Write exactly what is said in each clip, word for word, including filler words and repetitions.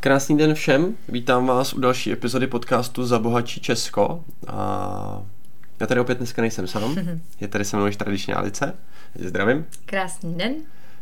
Krásný den všem, vítám vás u další epizody podcastu Za bohatší Česko. A já tady opět dneska nejsem sám, je tady se mnou již tradičně Alice, zdravím. Krásný den.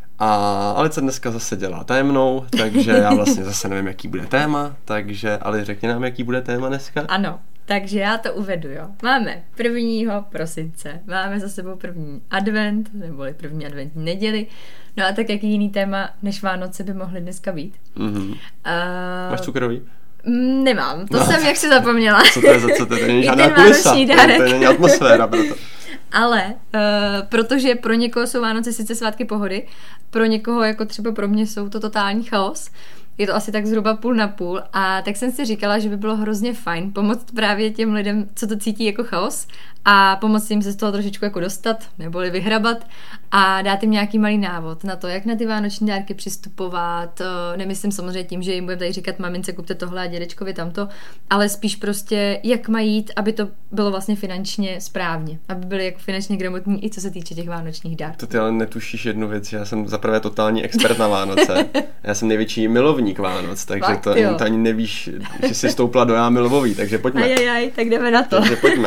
A Alice dneska zase dělá tajemnou, takže já vlastně zase nevím, jaký bude téma, takže Ali, řekni nám, jaký bude téma dneska. Ano, takže já to uvedu, jo. Máme prvního prosince, máme za sebou první advent, neboli první adventní neděli. No a tak jaký jiný téma než Vánoce by mohly dneska být? Mm-hmm. Uh, Máš cukroví? Nemám, to no, jsem jak si zapomněla. Co to je za co? To není žádná kulisa, to není atmosféra proto. Ale uh, protože pro někoho jsou Vánoce sice svátky pohody, pro někoho, jako třeba pro mě, jsou to totální chaos. Je to asi tak zhruba půl na půl a tak jsem si říkala, že by bylo hrozně fajn pomoct právě těm lidem, co to cítí jako chaos a pomoct jim se z toho trošičku jako dostat, neboli vyhrabat a dát jim nějaký malý návod na to, jak na ty vánoční dárky přistupovat. Nemyslím samozřejmě tím, že jim budeme tady říkat mamince kupte tohle a dědečkovi tamto, ale spíš prostě jak mají jít, aby to bylo vlastně finančně správně, aby byli jako finančně gramotní i co se týče těch vánočních dárků. To ty ale netušíš jednu věc, já jsem zaprvé totální expert na Vánoce. Já jsem největší milovník Vánoc, takže Fakt, to, to ani nevíš, že jsi stoupla do jámy lvový, takže pojďme. Ajajaj, tak jdeme na to. Takže pojďme.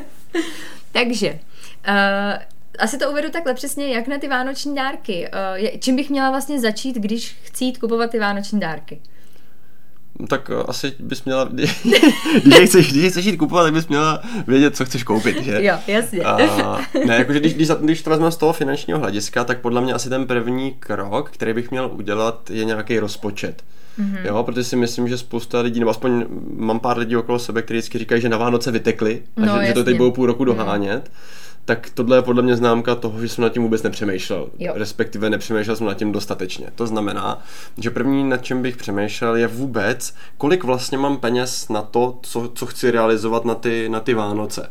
Takže, uh, asi to uvedu takhle přesně, jak na ty vánoční dárky. Uh, čím bych měla vlastně začít, když chci jít kupovat ty vánoční dárky? Tak asi bys měla, když chceš, když chceš jít kupovat, tak bys měla vědět, co chceš koupit, že? Jo, jasně. A, ne, jakože když, když, když to vezmeme z toho finančního hlediska, tak podle mě asi ten první krok, který bych měl udělat, je nějaký rozpočet. Mm-hmm. Jo, protože si myslím, že spousta lidí, nebo aspoň mám pár lidí okolo sebe, kteří vždycky říkají, že na Vánoce vytekli a no, že, že to teď budou půl roku dohánět. Mm. Tak tohle je podle mě známka toho, že jsem nad tím vůbec nepřemýšlel. Jo. Respektive nepřemýšlel jsem nad tím dostatečně. To znamená, že první, nad čím bych přemýšlel, je vůbec, kolik vlastně mám peněz na to, co, co chci realizovat na ty, na ty Vánoce.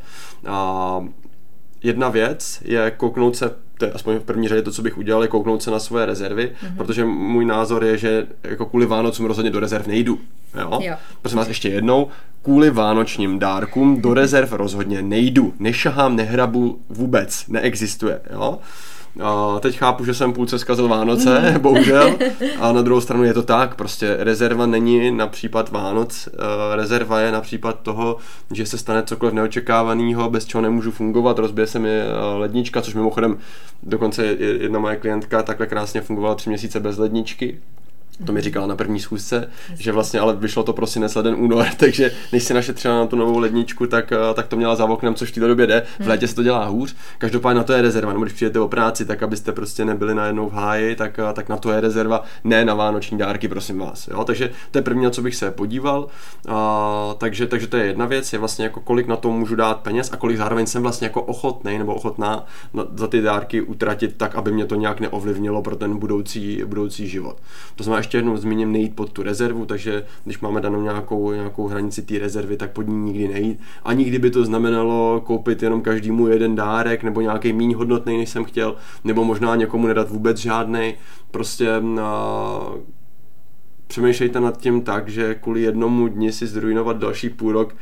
A jedna věc je kouknout se, to je aspoň v první řadě to, co bych udělal, je kouknout se na svoje rezervy, mm-hmm. protože můj názor je, že jako kvůli Vánocům rozhodně do rezerv nejdu. Jo? Jo. Prosím vás ještě jednou, kvůli vánočním dárkům do rezerv rozhodně nejdu. Nešahám, nehrabu, vůbec, neexistuje. Jo? A teď chápu, že jsem půlce zkazil Vánoce, bohužel, a na druhou stranu je to tak, prostě rezerva není na případ Vánoc, rezerva je na případ toho, že se stane cokoliv neočekávaného, bez čeho nemůžu fungovat, rozbije se mi lednička, což mimochodem dokonce jedna moje klientka takhle krásně fungovala tři měsíce bez ledničky. To mi říkala na první schůzce, že vlastně ale vyšlo to prosinec, leden, únor, takže než si našetřila na tu novou ledničku, tak, tak to měla za oknem, což v této době jde. V létě se to dělá hůř. Každopádně na to je rezerva. Nebo když přijdete o práci, tak abyste prostě nebyli najednou v háji, tak, tak na to je rezerva, ne na vánoční dárky, prosím vás. Jo? Takže to je první, na co bych se podíval. A, takže, takže to je jedna věc, je vlastně jako kolik na to můžu dát peněz a kolik zároveň jsem vlastně jako ochotnej nebo ochotná za ty dárky utratit tak, aby mě to nějak neovlivnilo pro ten budoucí, budoucí život. To znamená, ještě jednou zmíním nejít pod tu rezervu, takže když máme danou nějakou, nějakou hranici té rezervy, tak pod ní nikdy nejít. Ani kdyby to znamenalo koupit jenom každému jeden dárek, nebo nějaký míň hodnotný, než jsem chtěl, nebo možná někomu nedat vůbec žádnej. Prostě a, přemýšlejte nad tím tak, že kvůli jednomu dni si zrujnovat další půl rok.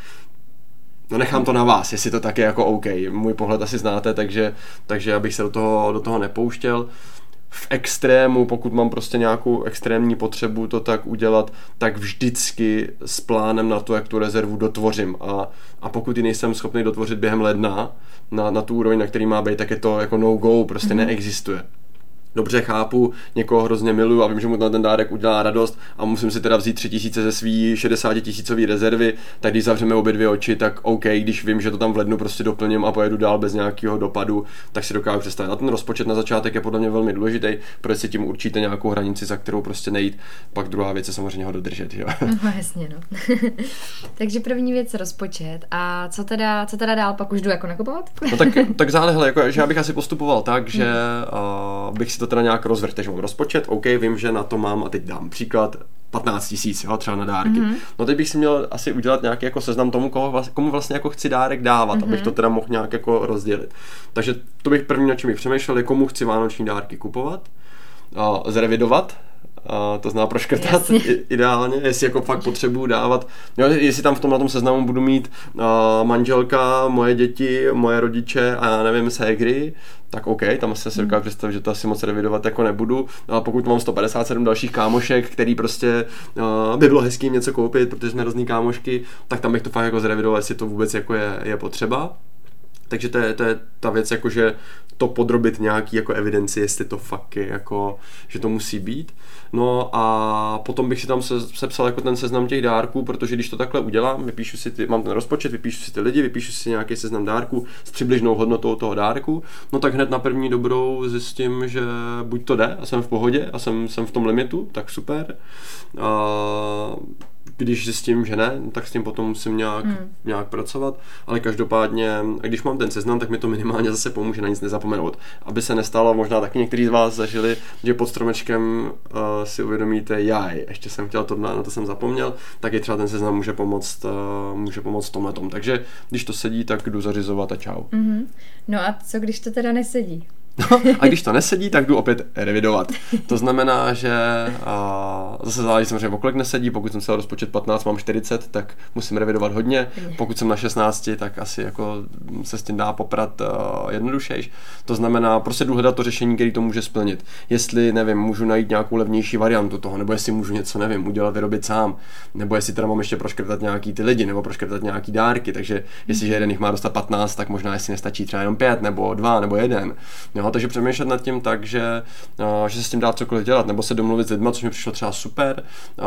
No nechám to na vás, jestli to tak je jako OK. Můj pohled asi znáte, takže, takže abych se do toho, do toho nepouštěl. V extrému, pokud mám prostě nějakou extrémní potřebu to tak udělat, tak vždycky s plánem na to, jak tu rezervu dotvořím. A, a pokud ji nejsem schopný dotvořit během ledna na, na tu úroveň, na který má být, tak je to jako no go, prostě mm-hmm. neexistuje. Dobře chápu, někoho hrozně miluju a vím, že mu ten dárek udělá radost a musím si teda vzít tři tisíce ze svý šedesátitisícový rezervy, tak když zavřeme obě dvě oči, tak OK, když vím, že to tam v lednu prostě doplním a pojedu dál bez nějakého dopadu, tak si dokážu představit. A ten rozpočet na začátek je podle mě velmi důležitý, protože si tím určíte nějakou hranici, za kterou prostě nejít. Pak druhá věc je samozřejmě ho dodržet, jo. No jasně, no. Takže první věc rozpočet. A co teda, co teda dál, pak už jdu jako nakupovat? No tak, tak záleží, jako, že já bych asi postupoval tak, že uh, bych si to teda nějak rozvrhl, takže mám rozpočet, OK, vím, že na to mám, a teď dám příklad, patnáct tisíc, jo, třeba na dárky. Mm-hmm. No teď bych si měl asi udělat nějaký jako seznam tomu, koho, komu vlastně jako chci dárek dávat, mm-hmm. abych to teda mohl nějak jako rozdělit. Takže to bych první, na čem bych přemýšlel, je komu chci vánoční dárky kupovat, uh, zrevidovat a to zná proškrtat i, ideálně, jestli jako fakt potřebuju dávat, jo, jestli tam v tom na tom seznamu budu mít uh, manželka, moje děti, moje rodiče a já nevím, ségry, tak OK, tam asi si dokážu představit, že to asi moc revidovat jako nebudu, a pokud mám sto padesát sedm dalších kámošek, který prostě uh, by bylo hezký jim něco koupit, protože jsme různý kámošky, tak tam bych to fakt jako zrevidoval, jestli to vůbec jako je, je potřeba. Takže to je, to je ta věc, jako že to podrobit nějaký jako evidenci, jestli to fakt je, jako, že to musí být. No a potom bych si tam se, sepsal jako ten seznam těch dárků, protože když to takhle udělám, vypíšu si ty, mám ten rozpočet, vypíšu si ty lidi, vypíšu si nějaký seznam dárků s přibližnou hodnotou toho dárku, no tak hned na první dobrou zjistím, že buď to jde a jsem v pohodě a jsem, jsem v tom limitu, tak super. A když zjistím, že ne, tak s tím potom musím nějak, hmm. nějak pracovat, ale každopádně, když mám ten seznam, tak mi to minimálně zase pomůže na nic nezapomenout. Aby se nestalo, možná taky někteří z vás zažili, že pod stromečkem uh, si uvědomíte, jaj, ještě jsem chtěl to, na to jsem zapomněl, tak i třeba ten seznam může pomoct, uh, může pomoct v tomhletom. Takže když to sedí, tak jdu zařizovat a čau. Mm-hmm. No a co když to teda nesedí? No, a když to nesedí, tak jdu opět revidovat. To znamená, že a zase záleží samozřejmě, o kolik nesedí, pokud jsem se rozpočet patnáct, mám čtyřicet, tak musím revidovat hodně. Pokud jsem na šestnáct, tak asi jako se s tím dá poprat uh, jednodušejš. To znamená, prostě jdu hledat to řešení, který to může splnit. Jestli, nevím, můžu najít nějakou levnější variantu toho, nebo jestli můžu něco, nevím, udělat, vyrobit sám, nebo jestli teda mám ještě proškrtat nějaký ty lidi, nebo proškrtat nějaký dárky, takže jestliže jeden jich má dostat patnáct, tak možná jestli nestačí třeba jenom pět, nebo dva, nebo jeden. Jo, takže přemýšlet nad tím tak, že, uh, že se s tím dá cokoliv dělat, nebo se domluvit s lidma, což mi přišlo třeba super.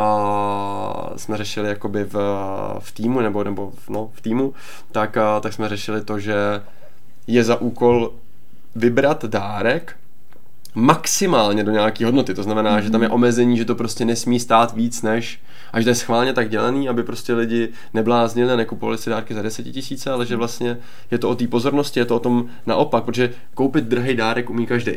Uh, jsme řešili jakoby v, v týmu, nebo, nebo no, v týmu, tak, uh, tak jsme řešili to, že je za úkol vybrat dárek maximálně do nějaké hodnoty. To znamená, mm-hmm. že tam je omezení, že to prostě nesmí stát víc než, až to je schválně tak dělaný, aby prostě lidi nebláznili a nekupovali si dárky za deset tisíc, ale že vlastně je to o té pozornosti, je to o tom naopak, protože koupit drahý dárek umí každý.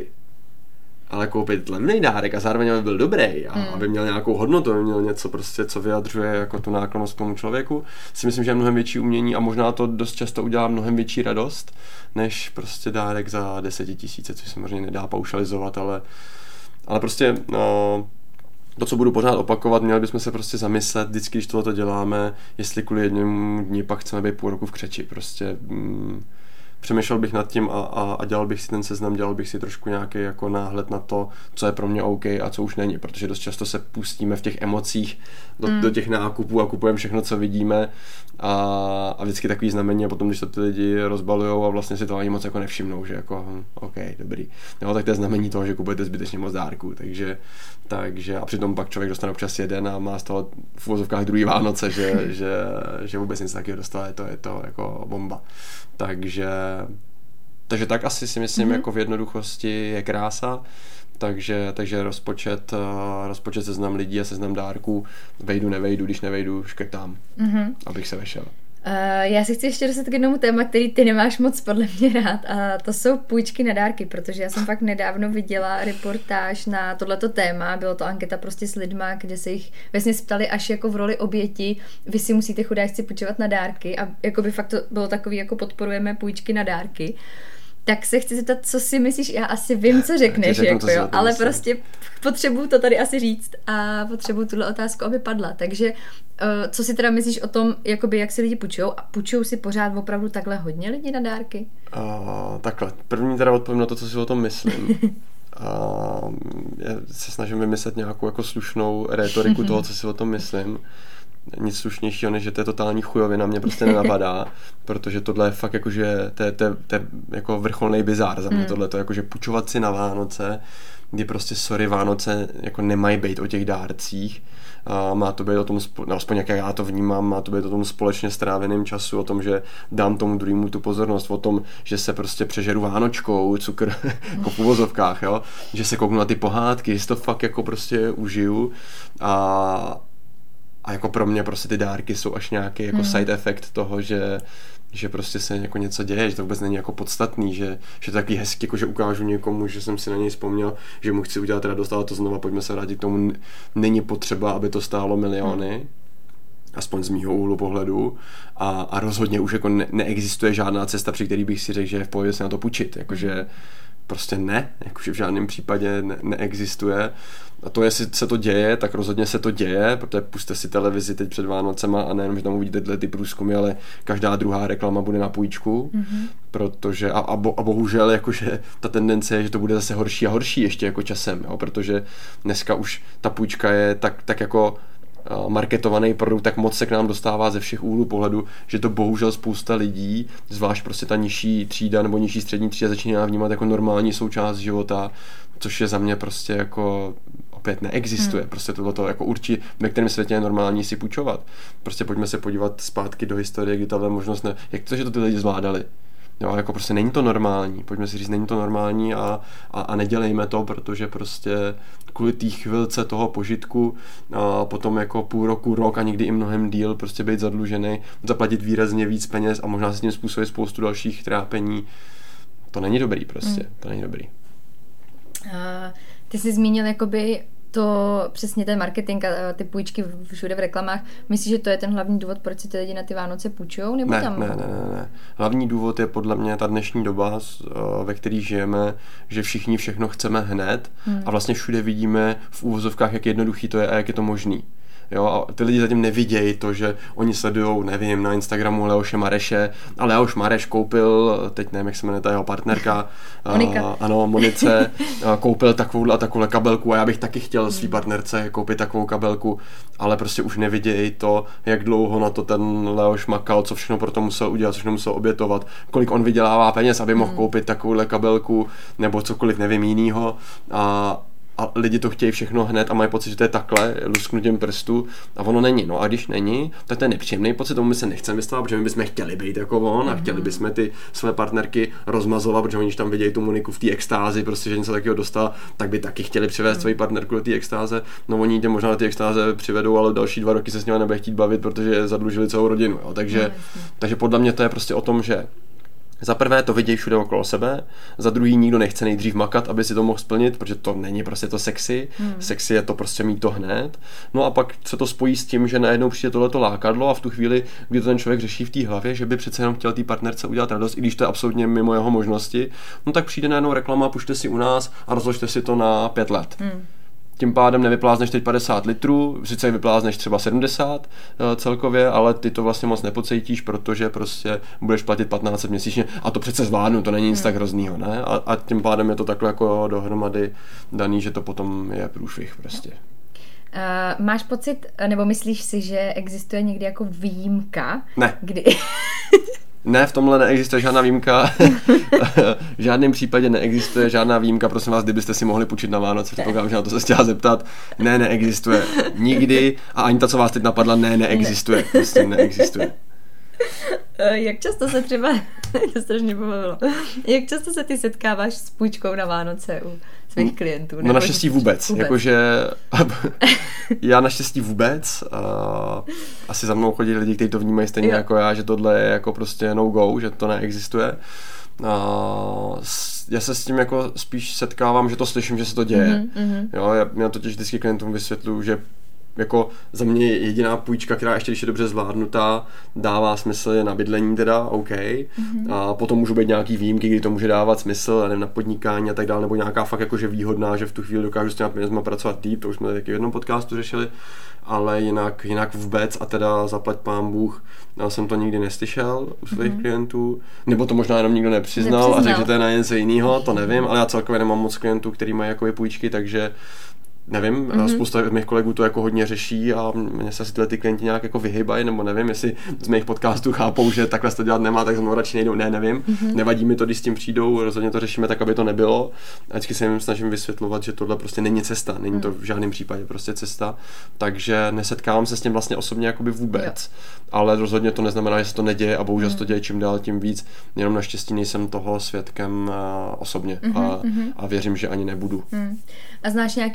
Ale koupit levný dárek a zároveň aby byl dobrý a mm. aby měl nějakou hodnotu, aby měl něco prostě, co vyjadřuje jako tu náklonnost k tomu člověku, si myslím, že je mnohem větší umění a možná to dost často udělá mnohem větší radost, než prostě dárek za deset tisíc, což samozřejmě nedá paušalizovat, ale, ale prostě no, to, co budu pořád opakovat, měli bychom se prostě zamyslet, vždycky, když tohleto děláme, jestli kvůli jednému dni pak chceme být půl roku v křeči, prostě mm, přemýšlel bych nad tím a, a, a dělal bych si ten seznam, dělal bych si trošku nějaký jako náhled na to, co je pro mě OK a co už není, protože dost často se pustíme v těch emocích do, mm. do těch nákupů a kupujeme všechno, co vidíme a, a vždycky takový znamení a potom, když to ty lidi rozbalujou a vlastně si to ani moc jako nevšimnou, že jako hm, OK, dobrý. No, tak to je znamení toho, že kupujete zbytečně moc dárků, takže, takže a přitom pak člověk dostane občas jeden a má z toho v uvozovkách druhý Vánoce, že, že, že vůbec nic takového dostal, je to, je to jako bomba. Takže Takže tak asi si myslím, mm-hmm. jako v jednoduchosti je krása, takže, takže rozpočet, rozpočet seznam lidí a seznam dárků, vejdu, nevejdu, když nevejdu, škrtám, mm-hmm. abych se vešel. Uh, já si chci ještě dostat k jednomu téma, který ty nemáš moc podle mě rád, a to jsou půjčky na dárky, protože já jsem fakt nedávno viděla reportáž na tohleto téma, bylo to anketa prostě s lidma, kde se jich vlastně ptali až jako v roli oběti, vy si musíte chudáčci půjčovat na dárky a jako by fakt to bylo takový, jako podporujeme půjčky na dárky. Tak se chci zeptat, co si myslíš, já asi vím, co řekneš, řeknu, jako, jo, ale myslím. Prostě potřebuju to tady asi říct a potřebuju tuhle otázku, aby padla. Takže uh, co si teda myslíš o tom, jakoby, jak si lidi půjčujou a půjčují si pořád opravdu takhle hodně lidí na dárky? Uh, takhle, první teda odpovím na to, co si o tom myslím. uh, já se snažím vymyslet nějakou jako slušnou rétoriku toho, co si o tom myslím. Nic slušnějšího, než že to je totální chujovina, mě prostě nenapadá, protože tohle je fakt jakože, to je, to je, to je jako vrcholnej bizár za mě mm. tohle, to jakože půjčovat si na Vánoce, kdy prostě sorry, Vánoce jako nemají být o těch dárcích, a má to být o tom, no, aspoň jak já to vnímám, má to být o tom společně stráveným času, o tom, že dám tomu druhému tu pozornost, o tom, že se prostě přežeru vánočkou, cukr jako v uvozovkách, jo, že se kouknu na ty pohádky, že si to fakt jako prostě užiju a A jako pro mě prostě ty dárky jsou až nějaký jako hmm. side effect toho, že, že prostě se jako něco děje, že to vůbec není jako podstatný, že, že to je takový hezky, jako že ukážu někomu, že jsem si na něj vzpomněl, že mu chci udělat radost, ale to znova pojďme se vrátit k tomu, není potřeba, aby to stálo miliony, hmm. aspoň z mýho úhlu pohledu a, a rozhodně už jako ne, neexistuje žádná cesta, při který bych si řekl, že je v pohodě se na to půjčit, jakože prostě ne, jakože v žádném případě ne, neexistuje. A to, jestli se to děje, tak rozhodně se to děje, protože puste si televizi teď před Vánocema a nejenom, že tam uvidíte tyhle ty průzkumy, ale každá druhá reklama bude na půjčku, mm-hmm. protože a, a, bo, a bohužel jakože ta tendence je, že to bude zase horší a horší ještě jako časem, jo, protože dneska už ta půjčka je tak, tak jako marketovaný produkt, tak moc se k nám dostává ze všech úhlů pohledu, že to bohužel spousta lidí, zvlášť prostě ta nižší třída nebo nižší střední třída začíná vnímat jako normální součást života, což je za mě prostě jako opět neexistuje. Hmm. Prostě tohleto jako určitě, ve kterém světě je normální si půjčovat. Prostě pojďme se podívat zpátky do historie, kdy tahle možnost ne... Jak to, že to ty lidi zvládali? Jo, jako prostě není to normální. Pojďme si říct, není to normální a, a, a nedělejme to, protože prostě kvůli té chvilce toho požitku a potom jako půl roku, rok a někdy i mnohem díl prostě být zadlužený, zaplatit výrazně víc peněz a možná se tím způsobit spoustu dalších trápení. To není dobrý prostě. Hmm. To není dobrý. Uh, ty jsi zmínil jakoby to přesně ten marketing a ty půjčky všude v reklamách. Myslíš, že to je ten hlavní důvod, proč si ty lidi na ty Vánoce půjčujou? Nebo ne, tam... ne, ne, ne, ne. Hlavní důvod je podle mě ta dnešní doba, ve které žijeme, že všichni všechno chceme hned hmm. a vlastně všude vidíme v úvozovkách, jak jednoduchý to je a jak je to možný. Jo, a ty lidi zatím nevidějí to, že oni sledujou, nevím, na Instagramu Leoše Mareše a Leoš Mareš koupil, teď nevím, jak se jmenuje ta jeho partnerka, Monika. A, ano, Monice, a koupil takovou a takovou kabelku a já bych taky chtěl svý partnerce koupit takovou kabelku, ale prostě už nevidějí to, jak dlouho na to ten Leoš makal, co všechno pro to musel udělat, co všechno musel obětovat, kolik on vydělává peněz, aby mohl koupit takovouhle kabelku nebo cokoliv, nevím, jinýho a a lidi to chtějí všechno hned a mají pocit, že to je takhle, lusknutím prstu a ono není. No a když není, tak to je nepříjemný pocit, tomu my se nechceme vystavovat, protože my bychom chtěli být jako on a chtěli bychom ty své partnerky rozmazovat, protože oni, když tam vidějí tu Moniku v té extázi, prostě, že něco takového dostala, tak by taky chtěli přivést svoji partnerku do té extáze. No oni tě možná do té extáze přivedou, ale další dva roky se s nimi nebude chtít bavit, protože zadlužili celou rodinu. Jo. Takže, no, takže podle mě to je prostě o tom, že za prvé to vidějí všude okolo sebe, za druhý nikdo nechce nejdřív makat, aby si to mohl splnit, protože to není prostě to sexy, hmm. sexy je to prostě mít to hned. No a pak se to spojí s tím, že najednou přijde tohleto lákadlo a v tu chvíli, kdy to ten člověk řeší v té hlavě, že by přece jenom chtěl té partnerce udělat radost, i když to je absolutně mimo jeho možnosti, no tak přijde najednou reklama, pušte si u nás a rozložte si to na pět let. Hmm. Tím pádem nevyplázneš teď padesát litrů, sice vyplázneš třeba sedmdesát celkově, ale ty to vlastně moc nepocítíš, protože prostě budeš platit patnáct set měsíčně a to přece zvládnu, to není nic hmm. tak hroznýho, ne? A, a tím pádem je to takhle jako dohromady daný, že to potom je průšvih prostě. Uh, máš pocit, nebo myslíš si, že existuje někdy jako výjimka? Ne. Kdy... Ne, v tomhle neexistuje žádná výjimka. V žádném případě neexistuje žádná výjimka. Prosím vás, kdybyste si mohli půjčit na Vánoce, předpokládám, že na to se chtěla zeptat. Ne, neexistuje. Nikdy. A ani ta, co vás teď napadla, ne, neexistuje. Prostě neexistuje. Jak často se třeba, to strašně pobavilo, jak často se ty setkáváš s půjčkou na Vánoce u svých klientů? No naštěstí vůbec, vůbec. Jakože já naštěstí vůbec, uh, asi za mnou chodí lidi, kteří to vnímají stejně jo. jako já, že tohle je jako prostě no go, že to neexistuje. Uh, já se s tím jako spíš setkávám, že to slyším, že se to děje. Mm-hmm. Jo, já, já totiž vždycky klientům vysvětluju, že jako za mě jediná půjčka, která ještě když je dobře zvládnutá, dává smysl je na bydlení teda, OK. Mm-hmm. A potom můžou být nějaký výjimky, kdy to může dávat smysl, nevím, na podnikání a tak dále, nebo nějaká fakt jakože výhodná, že v tu chvíli dokážu s těma penězma pracovat líp, to už jsme taky v jednom podcastu řešili, ale jinak, jinak vůbec a teda zaplať pán Bůh, já jsem to nikdy neslyšel u svých mm-hmm. klientů, nebo to možná jenom nikdo nepřiznal, nepřiznal. a řekl, že to je na něco jiného, to nevím, ale já celkově nemám moc klientů, který mají jako půjčky, takže nevím, mm-hmm. spousta mých kolegů to jako hodně řeší a mě se asi tyhle ty klienti nějak jako vyhybají, nebo nevím, jestli z mých podcastů chápou, že takhle se to dělat nemá, tak se mnou radši nejdou, ne, nevím. Mm-hmm. Nevadí mi to, když s tím přijdou, rozhodně to řešíme tak, aby to nebylo. A vždycky se jim snažím vysvětlovat, že tohle prostě není cesta, není mm. to v žádném případě prostě cesta, takže nesetkávám se s tím vlastně osobně jakoby vůbec. Jo. Ale rozhodně to neznamená, že se to neděje a bohužel mm. se to děje čím dál tím víc. Jenom naštěstí nejsem toho svědkem uh, osobně mm-hmm, a, mm-hmm. a věřím, že ani nebudu. Mm. A znáš nějaký příklad,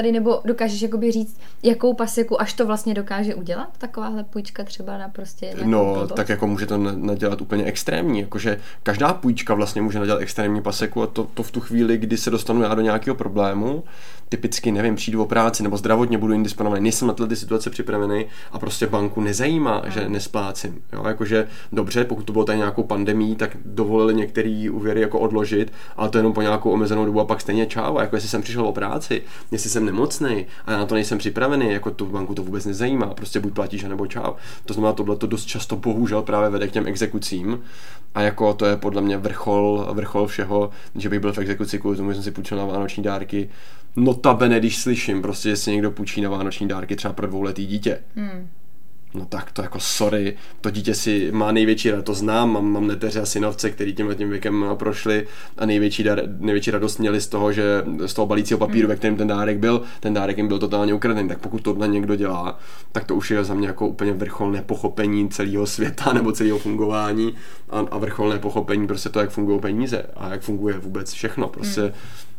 příklady, nebo dokážeš jakoby říct, jakou paseku až to vlastně dokáže udělat? Takováhle půjčka třeba na prostě nějakou No, blbost? tak jako může to nadělat úplně extrémní, jakože každá půjčka vlastně může nadělat extrémní paseku a to, to v tu chvíli, kdy se dostanu já do nějakého problému, typicky, nevím, přijdu o práci nebo zdravotně budu indisponovaný, nejsem na tyhle ty situace připravený a prostě banku nezajímá, no. že nesplácím. Jo, jakože dobře, pokud to bylo tady nějakou pandemii, tak dovolili některé úvěry jako odložit, ale to jenom po nějakou omezenou dobu a pak stejně čau, jako jestli jsem přišel o práci, jestli jsem nemocnej a já na to nejsem připravený, jako tu banku to vůbec nezajímá, prostě buď platíš, nebo čau. To znamená, tohle to dost často bohužel právě vede k těm exekucím a jako to je podle mě vrchol, vrchol všeho, že bych byl v exekuci kvůli tomu, že jsem si půjčil na vánoční dárky. Notabene, když slyším prostě, jestli někdo půjčí na vánoční dárky třeba pro dvouletý dítě. Hmm. No tak to jako sorry, to dítě si má největší radost, to znám, mám, mám neteře a synovce, který tímhle tím věkem prošli a největší, dar, největší radost měli z toho, že z toho balícího papíru, mm. ve kterém ten dárek byl, ten dárek jim byl totálně ukradený, tak pokud tohle někdo dělá, tak to už je za mě jako úplně vrchol nepochopení celého světa nebo celého fungování a, a vrchol nepochopení prostě to, jak fungují peníze a jak funguje vůbec všechno, prostě mm.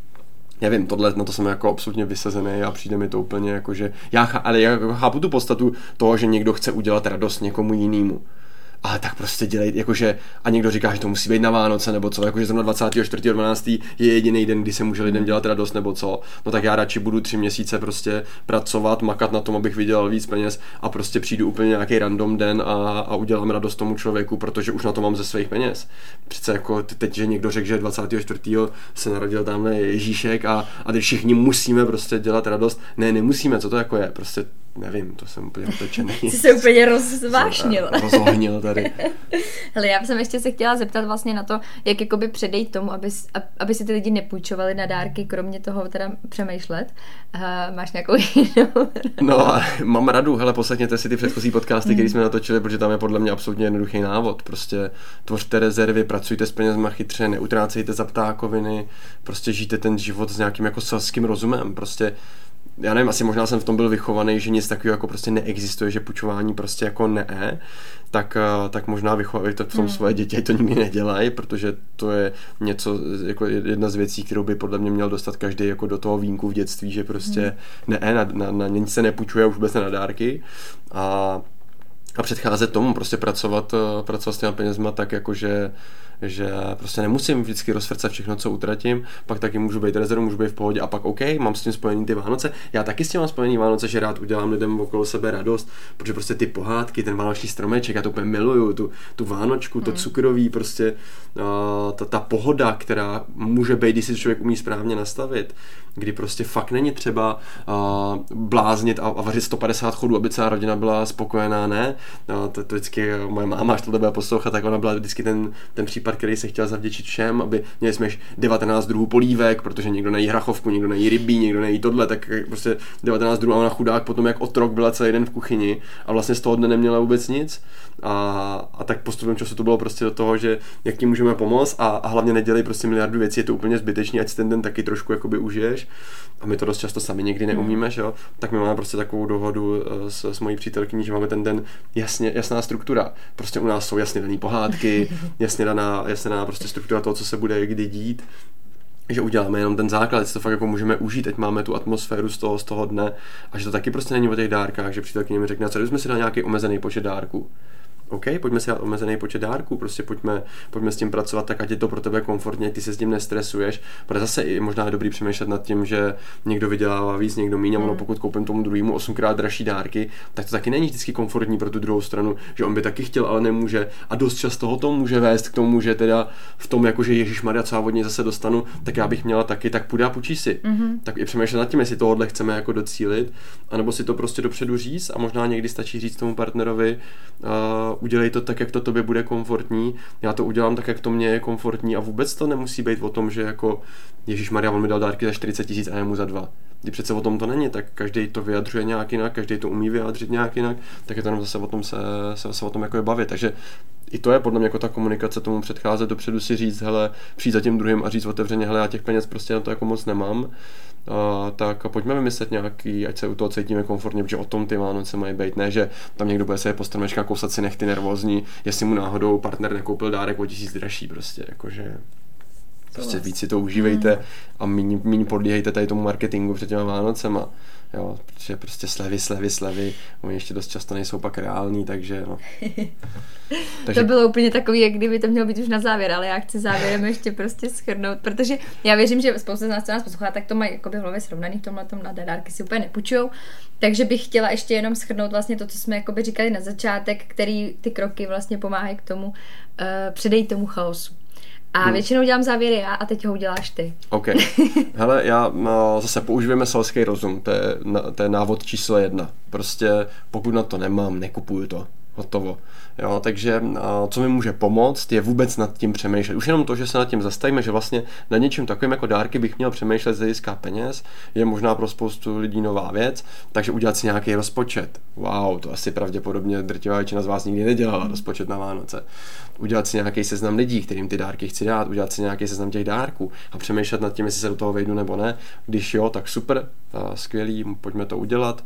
Nevím, tohle, na to jsem jako absolutně vysazený a přijde mi to úplně jako, že já, ale já chápu tu podstatu toho, že někdo chce udělat radost někomu jinému. Ale tak prostě dělej, jakože, a někdo říká, že to musí být na Vánoce, nebo co, jakože zrovna dvacátého čtvrtého dvanáctého je jediný den, kdy se může lidem dělat radost, nebo co, no tak já radši budu tři měsíce prostě pracovat, makat na tom, abych vydělal víc peněz a prostě přijdu úplně nějaký random den a, a udělám radost tomu člověku, protože už na to mám ze svých peněz. Přece jako teď, že někdo řekl, že dvacátého čtvrtého se narodil tamhle Ježíšek a, a teď všichni musíme prostě dělat radost. Ne, nemusíme, co to jako je, prostě nevím, to jsem úplně otočený. Jsi se úplně rozvášnil. Rozhohnil tady. Hele, já jsem ještě se chtěla zeptat vlastně na to, jak jakoby předejít tomu, aby, aby si ty lidi nepůjčovali na dárky, kromě toho teda přemýšlet. Uh, máš nějakou jinou? No, mám radu, hele, poslechněte si ty předchozí podcasty, hmm. které jsme natočili, protože tam je podle mě absolutně jednoduchý návod. Prostě tvořte rezervy, pracujte s penězma chytře, neutrácejte za ptákoviny, prostě žijte ten život s nějakým jako selským rozumem, prostě já nevím, asi možná jsem v tom byl vychovaný, že nic takového jako prostě neexistuje, že půjčování prostě jako ne, tak, tak možná vychovávají v tom hmm. svoje děti, to nikdy nedělají, protože to je něco, jako jedna z věcí, kterou by podle mě měl dostat každý jako do toho vínku v dětství, že prostě hmm. ne, na, na, na nic se nepůjčuje, už vůbec ne na dárky a, a předcházet tomu, prostě pracovat, pracovat s těma penězma tak jakože že prostě nemusím vždycky rozvrcat všechno, co utratím, pak taky můžu být rezervu, můžu být v pohodě a pak OK, mám s tím spojený ty Vánoce. Já taky s tím mám spojený Vánoce, že rád udělám lidem okolo sebe radost, protože prostě ty pohádky, ten vánoční stromeček, já to úplně miluju, tu, tu vánočku, to cukroví, prostě uh, ta, ta pohoda, která může být, když si člověk umí správně nastavit, kdy prostě fakt není třeba uh, bláznit a, a vařit sto padesát chodů, aby celá rodina byla spokojená, ne? Uh, to, to vždycky moje máma, až to bude poslouchat, tak ona byla vždycky ten, ten případ, který se chtěl zavděčit všem, aby měli jsme devatenáct druhů polívek, protože někdo nejí hrachovku, někdo nejí rybí, někdo nejí tohle, tak prostě devatenáct druhů a ona chudák potom jak otrok byla celý den v kuchyni a vlastně z toho dne neměla vůbec nic a, a tak postupem času to bylo prostě do toho, že jak ti můžeme pomoct a, a hlavně nedělej prostě miliardu věcí, je to úplně zbytečný, ať si ten den taky trošku jakoby užiješ a my to dost často sami někdy neumíme, že jo, tak my máme prostě takovou dohodu s, s mojí přítelkyní, že máme ten den jasně, jasná struktura, prostě u nás jsou jasně daný pohádky, jasně daná jasně daná prostě struktura toho, co se bude kdy dít, že uděláme jenom ten základ, že to fakt jako můžeme užít, teď máme tu atmosféru z toho, z toho dne a že to taky prostě není o těch dárkách, že přítelkyně mi řekne, co jsme si dali nějaký omezený počet dárků. OK, pojďme si dát omezený počet dárků, prostě pojďme, pojďme s tím pracovat tak, ať je to pro tebe komfortně, ty se s tím nestresuješ, protože zase i možná je dobrý přemýšlet nad tím, že někdo vydělává víc, někdo míň, a ono pokud koupím tomu druhému osmkrát dražší dárky, tak to taky není vždycky komfortní pro tu druhou stranu, že on by taky chtěl, ale nemůže a dost často ho to může vést k tomu, že teda v tom jako, že ježišmarja, co já od něj zase dostanu, tak já bych měla taky, tak půjde a půjčí si. Mm-hmm. Tak i přemýšlet nad tím, jestli tohohle chceme jako docílit, anebo si to prostě dopředu říct a možná někdy stačí říct tomu partnerovi, uh, udělej to tak, jak to tobě bude komfortní, já to udělám tak, jak to mně je komfortní a vůbec to nemusí být o tom, že jako ježišmarja, on mi dal dárky za čtyřicet tisíc a já mu za dva. Když přece o tom to není, tak každý to vyjadřuje nějak jinak, každý to umí vyjádřit nějak jinak, tak je to jenom zase o tom se, se, se o tom jako je bavit. Takže i to je podle mě jako ta komunikace tomu předcházet, dopředu si říct, hele, přijít za tím druhým a říct otevřeně, hele, já těch peněz prostě na to jako moc nemám. Uh, tak pojďme vymyslet nějaký, ať se u toho cítíme komfortně, protože o tom ty Vánoce mají být, ne, že tam někdo bude se po stromečka kousat si nechty nervózní, jestli mu náhodou partner nekoupil dárek o tisíc dražší prostě, jakože. Prostě víc si to užívejte mm. a míň, míň podlíhejte tady tomu marketingu před těma Vánocema. Jo, protože prostě slevy, slevy, slevy, oni ještě dost často nejsou pak reální, takže no. Takže... To bylo úplně takový, jak kdyby to mělo být už na závěr, ale já chci závěrem ještě prostě shrnout, protože já věřím, že spousta z nás, co nás poslouchá, tak to mají jakoby v hlavě srovnaný, v tomhle tom na dárky si úplně nepůjčujou, takže bych chtěla ještě jenom shrnout vlastně to, co jsme jakoby říkali na začátek, který ty kroky vlastně pomáhají k tomu uh, předejít tomu chaosu. A hmm. většinou dělám závěry já a teď ho uděláš ty. OK. Hele, já no, zase použijeme selský rozum, to je, to je návod číslo jedna. Prostě pokud na to nemám, nekupuju to. Hotovo. Jo, takže a, co mi může pomoct, je vůbec nad tím přemýšlet. Už jenom to, že se nad tím zastavíme, že vlastně nad něčím takovým jako dárky bych měl přemýšlet z hlediska peněz, je možná pro spoustu lidí nová věc, takže udělat si nějaký rozpočet. Wow, to asi pravděpodobně drtivá většina z vás nikdy nedělala, rozpočet na Vánoce. Udělat si nějaký seznam lidí, kterým ty dárky chci dát, udělat si nějaký seznam těch dárků a přemýšlet nad tím, jestli se do toho vejdu nebo ne. Když jo, tak super, skvělý, pojďme to udělat.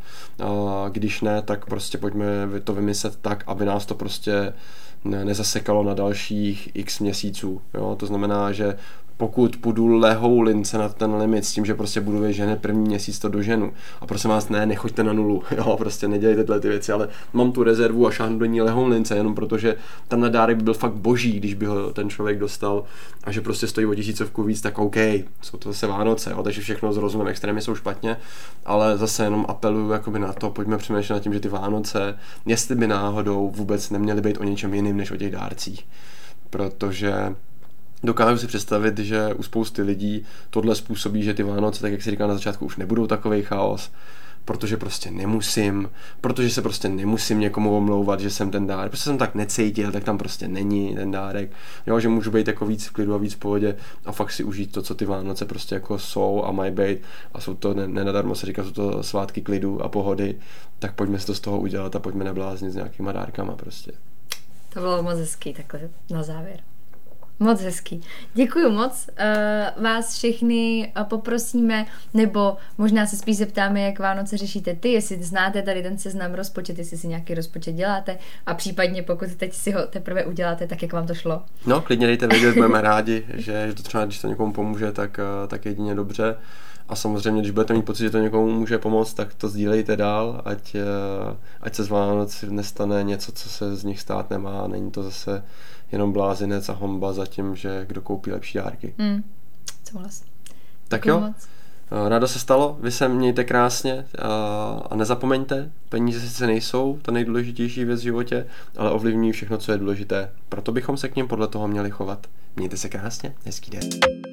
Když ne, tak prostě pojďme to vymyslet tak, aby nás to prostě ne, nezasekalo na dalších x měsíců. Jo? To znamená, že pokud půjdu lehou lince na ten limit s tím, že prostě budu vědět, že hned první měsíc to doženu. A prosím vás, ne, nechoďte na nulu, jo, prostě nedělejte tyhle ty věci, ale mám tu rezervu a šáhnu do ní lehou lince, jenom protože ten dárek by byl fakt boží, když by ho ten člověk dostal a že prostě stojí o tisícovku víc, tak OK, jsou to zase Vánoce, jo, takže všechno s rozumem, extrémy jsou špatně, ale zase jenom apeluju jakoby na to, pojďme přemýšlet nad tím, že ty Vánoce, jestli by náhodou vůbec neměly být o něčem jiným než o těch dárcích, protože dokážu si představit, že u spousty lidí tohle způsobí, že ty Vánoce, tak jak si říkal na začátku, už nebudou takovej chaos, protože prostě nemusím, protože se prostě nemusím někomu omlouvat, že jsem ten dárek, prostě jsem tak necítil, tak tam prostě není ten dárek, jo, že můžu být jako víc v klidu a víc v pohodě a fakt si užít to, co ty Vánoce prostě jako jsou a mají být a jsou to, ne, nenadarmo se říká, jsou to svátky klidu a pohody, tak pojďme si to z toho udělat a pojďme nebláznit s nějakýma dárkama prostě. To bylo moc hezký takhle na závěr. Moc hezký. Děkuju moc. Uh, vás všechny poprosíme, nebo možná se spíš zeptáme, jak Vánoce řešíte ty, jestli znáte tady ten seznam rozpočet, jestli si nějaký rozpočet děláte a případně pokud teď si ho teprve uděláte, tak jak vám to šlo. No, klidně dejte vědět, budeme rádi, že, že to třeba, když to někomu pomůže, tak, tak jedině dobře. A samozřejmě, když budete mít pocit, že to někomu může pomoct, tak to sdílejte dál, ať, ať se z Vánoc nestane něco, co se z nich stát nemá. Není to zase jenom blázinec a homba za tím, že kdo koupí lepší dárky. Mm, souhlas. Tak jo, moc. Rádo se stalo, vy se mějte krásně a nezapomeňte, peníze sice nejsou ta nejdůležitější věc v životě, ale ovlivní všechno, co je důležité. Proto bychom se k nim podle toho měli chovat. Mějte se krásně, hezký den.